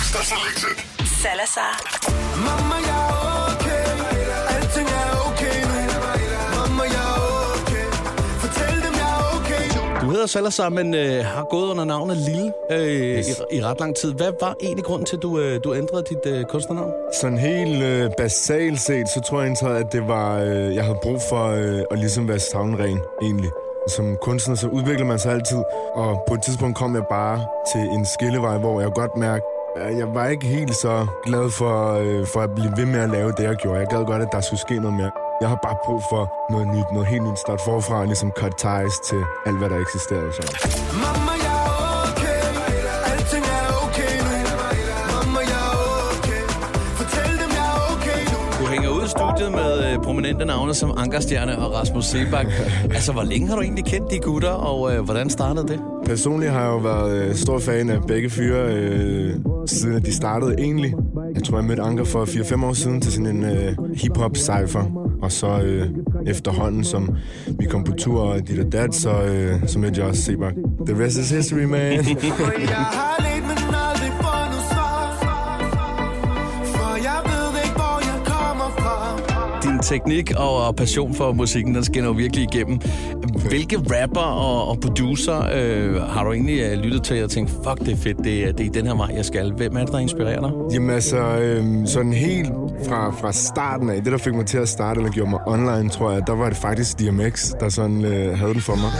Mr. Selected. Salazar. Mamma, jeg er okay. Alting er okay nu. Mamma, jeg er okay. Fortæl dem, jeg er okay nu. Du hedder Salazar, men har gået under navnet Lille i ret lang tid. Hvad var egentlig grunden til, at du ændrede dit kunstnernavn? Sådan helt basalt set, så tror jeg indtaget, at det var, jeg havde brug for at ligesom være stavnren egentlig. Som kunstner, så udvikler man sig altid, og på et tidspunkt kom jeg bare til en skillevej, hvor jeg godt mærkede, at jeg var ikke helt så glad for at blive ved med at lave det, jeg gjorde. Jeg gad godt, at der skulle ske noget mere. Jeg har bare brug for noget nyt, noget helt nyt start forfra, ligesom cut ties til alt, hvad der eksisterede. Så. Mamma, jeg er okay. Alting er okay nu. Mamma, jeg er okay. Fortæl dem, jeg er okay nu. Du hænger ud i studiet med prominente navne som Ankerstjerne og Rasmus Seebach. Altså, hvor længe har du egentlig kendt de gutter, og hvordan startede det? Personligt har jeg jo været stor fan af begge fyre, siden de startede egentlig. Jeg tror, jeg mødte Anker for 4-5 år siden til sådan en hip-hop-cypher. Og så efterhånden, som vi kom på tur og dit og dat, så mødte jeg også Seebach. The rest is history, man. Jeg har let, men aldrig får noget svar. For jeg ved ikke, hvor jeg kommer fra. Din teknik og passion for musikken, den skinner jo virkelig igennem. Hvilke rapper og producer har du egentlig lyttet til og tænkt, fuck, det er fedt, det er i den her vej, jeg skal. Hvem er det, der inspirerer dig? Jamen altså, sådan helt fra starten af, det der fik mig til at starte, eller gjorde mig online, tror jeg, der var det faktisk DMX, der sådan havde den for mig.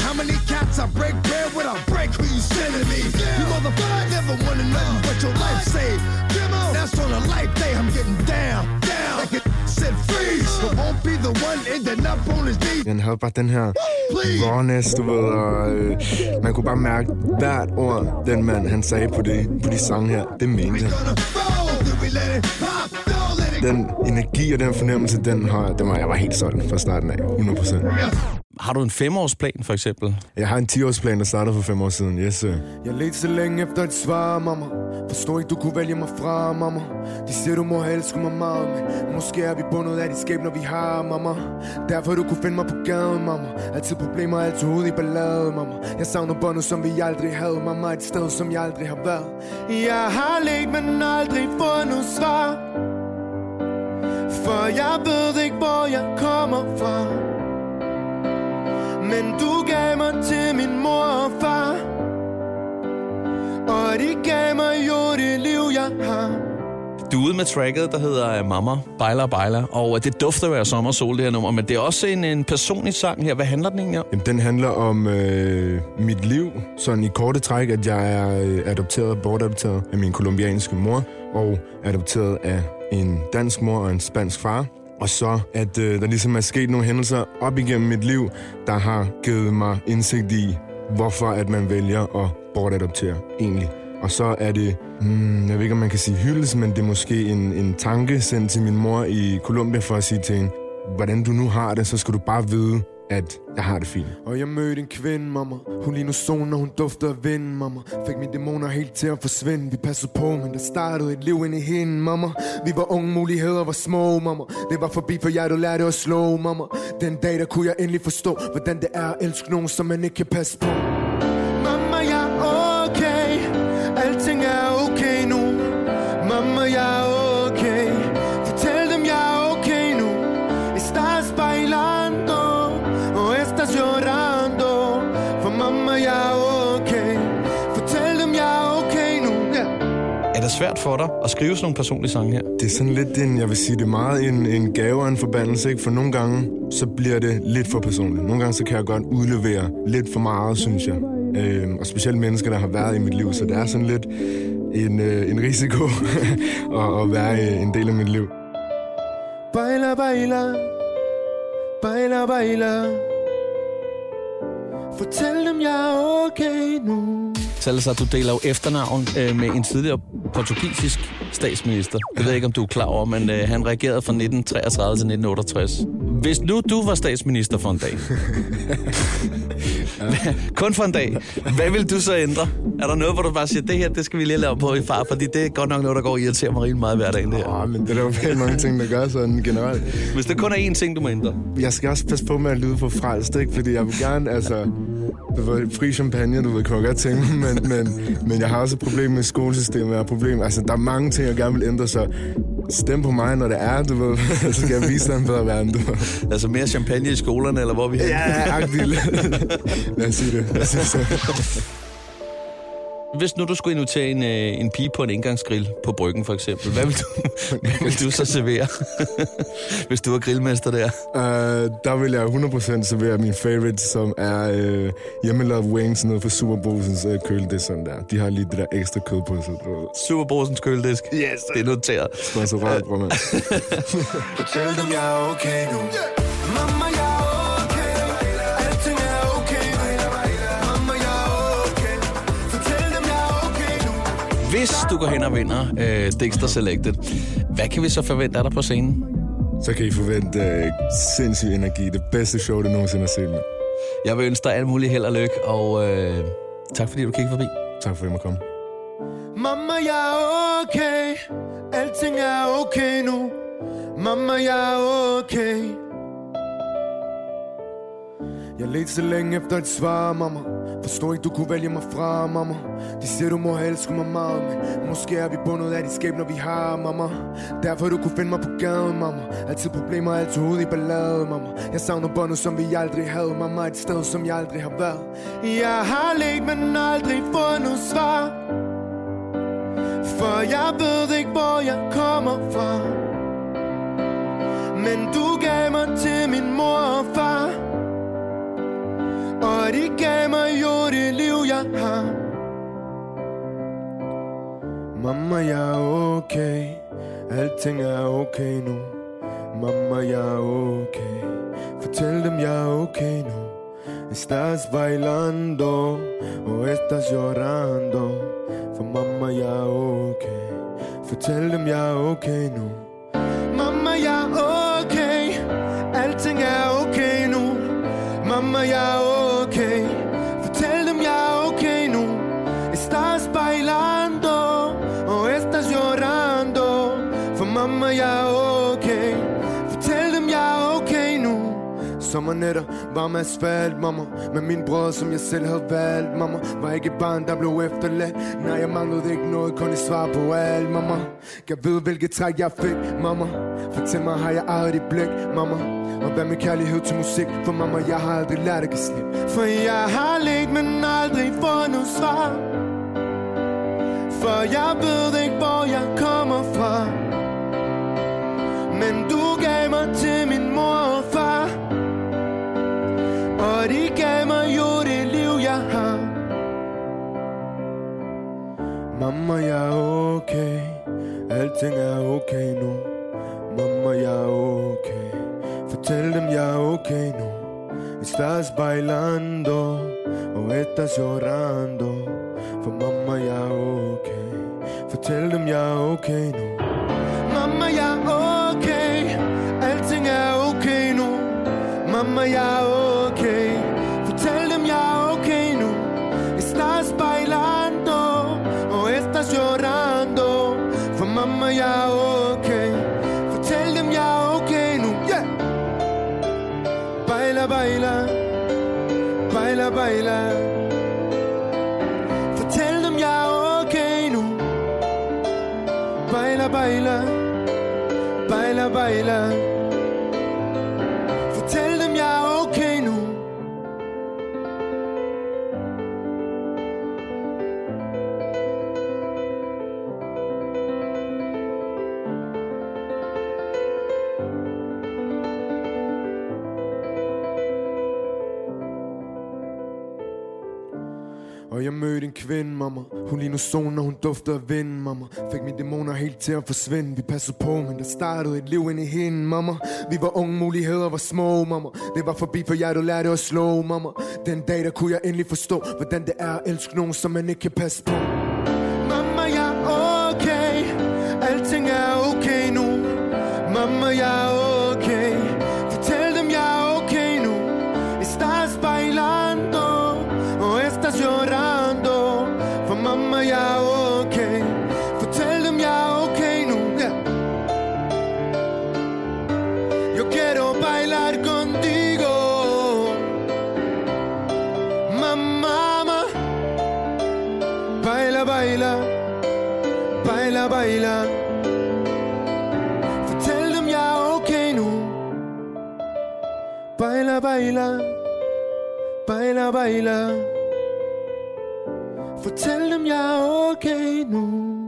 Han havde bare den her rawness, du ved, og man kunne bare mærke hvert ord, den mand, han sagde på de sange her, det mente han. Den energi og den fornemmelse, jeg var helt sådan fra starten af, 100%. Har du en 5-årsplan, for eksempel? Jeg har en 10-årsplan, der startede for 5 år siden, yes sir. Jeg ledte så længe efter et svar, mamma. Forstår ikke, du kunne vælge mig fra, mamma. De siger, du må elske mig meget, men måske er vi bundet af de skæbner, vi har, mamma. Derfor du kunne finde mig på gaden, mamma. Altid problemer, altid ude i ballade, mamma. Jeg savner båndet, som vi aldrig havde, mamma. Et sted, som jeg aldrig har været. Jeg har let, men aldrig fået noget svar. For jeg ved ikke, hvor jeg kommer fra. Men du gav mig til min mor og far. Og de gav mig jo det liv, jeg har. Du er ude med tracket, der hedder Mamma, Bejler, Bejler. Og det dufter jo af sommersol, det her nummer. Men det er også en personlig sang her. Hvad handler den egentlig om? Jamen, den handler om mit liv. Sådan i korte træk, at jeg er bortadopteret af min kolumbianske mor. Og adopteret af en dansk mor og en spansk far. Og så, at der ligesom er sket nogle hændelser op igennem mit liv, der har givet mig indsigt i, hvorfor at man vælger at bortadoptere egentlig. Og så er det, jeg ved ikke, om man kan sige hyldest, men det er måske en tanke sendt til min mor i Colombia for at sige til hende, hvordan du nu har det, så skal du bare vide, at jeg har det fint. Og jeg mødte en kvinde, mamma. Hun lignede solen, når hun duftede af vinden, mamma. Fik mine dæmoner helt til at forsvinde. Vi passede på, men der startede et liv inde i hende, mamma. Vi var unge, muligheder var små, mamma. Det var forbi, for hjertet lærte at slå, mamma. Den dag, der kunne jeg endelig forstå, hvordan det er at elske nogen, som man ikke kan passe på. Mamma, jeg er okay. Alting er okay nu. Mamma, jeg er okay. Fortæl dem, jeg er okay nu. Estás bailando. Llorando, for mamma, jeg er okay. Fortæl dem, jeg er okay nu. Er det svært for dig at skrive sådan nogle personlige sange her? Det er sådan lidt jeg vil sige, det er meget en gave og en forbandelse, ikke? For nogle gange, så bliver det lidt for personligt. Nogle gange, så kan jeg godt udlevere lidt for meget, synes jeg. Og specielt mennesker, der har været i mit liv, så det er sådan lidt en risiko at være en del af mit liv. Baila, baila, baila, baila. Fortæl dem, jeg er okay nu. Salazar, du deler jo efternavn med en tidligere portugisisk statsminister. Jeg ved ikke, om du er klar over, men han regerede fra 1933 til 1968. Hvis nu du var statsminister for en dag, Kun for en dag. Hvad vil du så ændre? Er der noget, hvor du bare siger, det her, det skal vi lige lave på i far, fordi det er godt nok noget, der går og irriterer mig rigtig meget hver dag. Men det er jo pænt mange ting, der gør sådan generelt. Hvis det kun er én ting, du må ændre. Jeg skal også passe på med at lyde for frelst, ikke? Fordi jeg vil gerne, fri champagne, du ved, kan jeg godt tænke mig, men jeg har også et problem med skolesystemet, der er mange ting, jeg gerne vil ændre, så stem på mig, når det er, du ved, så skal jeg vise dig en bedre verden, du ved. Altså mere champagne i skolerne, eller hvor vi er? Ja, agtigt. Lad os sige det. Hvis nu du skulle invitere en pige på en indgangsgrill på Bryggen for eksempel, hvad vil du så servere, hvis du er grillmester der? Der vil jeg 100% servere min favorite, som er hjemmelavet wings nede for Superbrusens køledisk sådan der. De har lige det der ekstra kød på sig. Superbrusens køledisk? Yes! Det er noteret. Sponsoreret, bror, mand. Fortæl dem, jeg er okay nu. Mamma, jeg er okay. Alting er okay nu. Mamma, jeg er okay. Fortæl dem, jeg er okay nu. Hvis du går hen og vinder Dexter Selected, hvad kan vi så forvente af dig på scenen? Så kan I forvente sindssyg energi. Det bedste show, du nogensinde har set med. Jeg vil ønske dig alt muligt held og lykke, og tak fordi du kiggede forbi. Tak for at jeg måtte komme. Mamma, jeg er okay. Alting er okay nu. Mamma, jeg er okay. Jeg ledte så længe efter et svar, mamma. Forstår ikke, du kunne vælge mig fra, mamma. De siger, du må elske mig meget, men måske er vi bundet af de skæbner, vi har, mamma. Derfor du kunne finde mig på gaden, mamma. Altid problemer, altid ude i ballade, mamma. Jeg savner båndet, som vi aldrig havde, mamma. Et sted, som jeg aldrig har været. Jeg har let, men aldrig fået noget svar. For jeg ved ikke, hvor jeg kommer fra. Men du gav mig til min mor og far. Og de gav mig jo det liv, jeg har. Mamma, jeg er okay. Alting er okay nu. Mamma, jeg er okay. Fortæl dem, jeg er okay nu. Estás bailando o estás llorando. For mamma, jeg er okay. Fortæl dem, jeg er okay nu. Mamma, jeg er okay. Alting er okay nu. Mamma, jeg er okay. Fortæl dem, jeg er okay nu. Estás bailando o estás llorando. For mamma, jeg er okay. Fortæl dem, jeg er okay nu. Sommernætter, varm asfalt, mamma. Med min brødre, som jeg selv havde valgt, mamma. Var ikke et barn, der blev efterladt. Nej, jeg manglede ikke noget, kun et svar på alt, mamma. Jeg ved, hvilket træk jeg fik, mamma. Fortæl mig, har jeg ejet dit blik, mamma. Og hvad med kærlighed til musik? For mamma, jeg har aldrig lært at give slip. For jeg har let, men aldrig fået noget svar. For jeg ved ikke, hvor jeg kommer fra. Men du gav mig til min mor og far. Og de gav mig jo det liv, jeg har. Mamma, jeg er okay. Alting er okay nu. Mamma, jeg er okay. Fortæl dem, jeg er okay nu. Estás bailando o estás llorando. For mamma, jeg er okay. Fortæl dem, jeg er okay nu. Mamma, jeg er okay. Alting er okay nu. Mamma, jeg er okay. Fortæl dem, jeg er okay nu. Estás bailando o estás llorando. For mamma, jeg er okay. Fortæl dem, jeg er okay nu. Yeah! Baila, baila. Baila, baila. Fortæl dem, jeg er okay nu. Baila, baila. Baila, baila. Fortæl dem, jeg er okay nu. Og jeg mødte en kvinde, mamma. Hun lige nu solen, og hun dufter af vind, mamma. Fik mine dæmoner helt til at forsvinde. Vi passede på, men der startede et liv ind i hende, mamma. Vi var unge, muligheder var små, mamma. Det var forbi, for jeg du lærte at slå, mamma. Den dag, der kunne jeg endelig forstå, hvordan det er at elske nogen, som man ikke kan passe på. Mamma, jeg er okay. Alting er okay nu. Mamma, jeg er okay. Fortæl dem, jeg er okay nu. Estás bailando Baila, baila. Fortæl dem, jeg er okay nu. Baila, baila. Baila, baila. Fortæl dem, jeg er okay nu.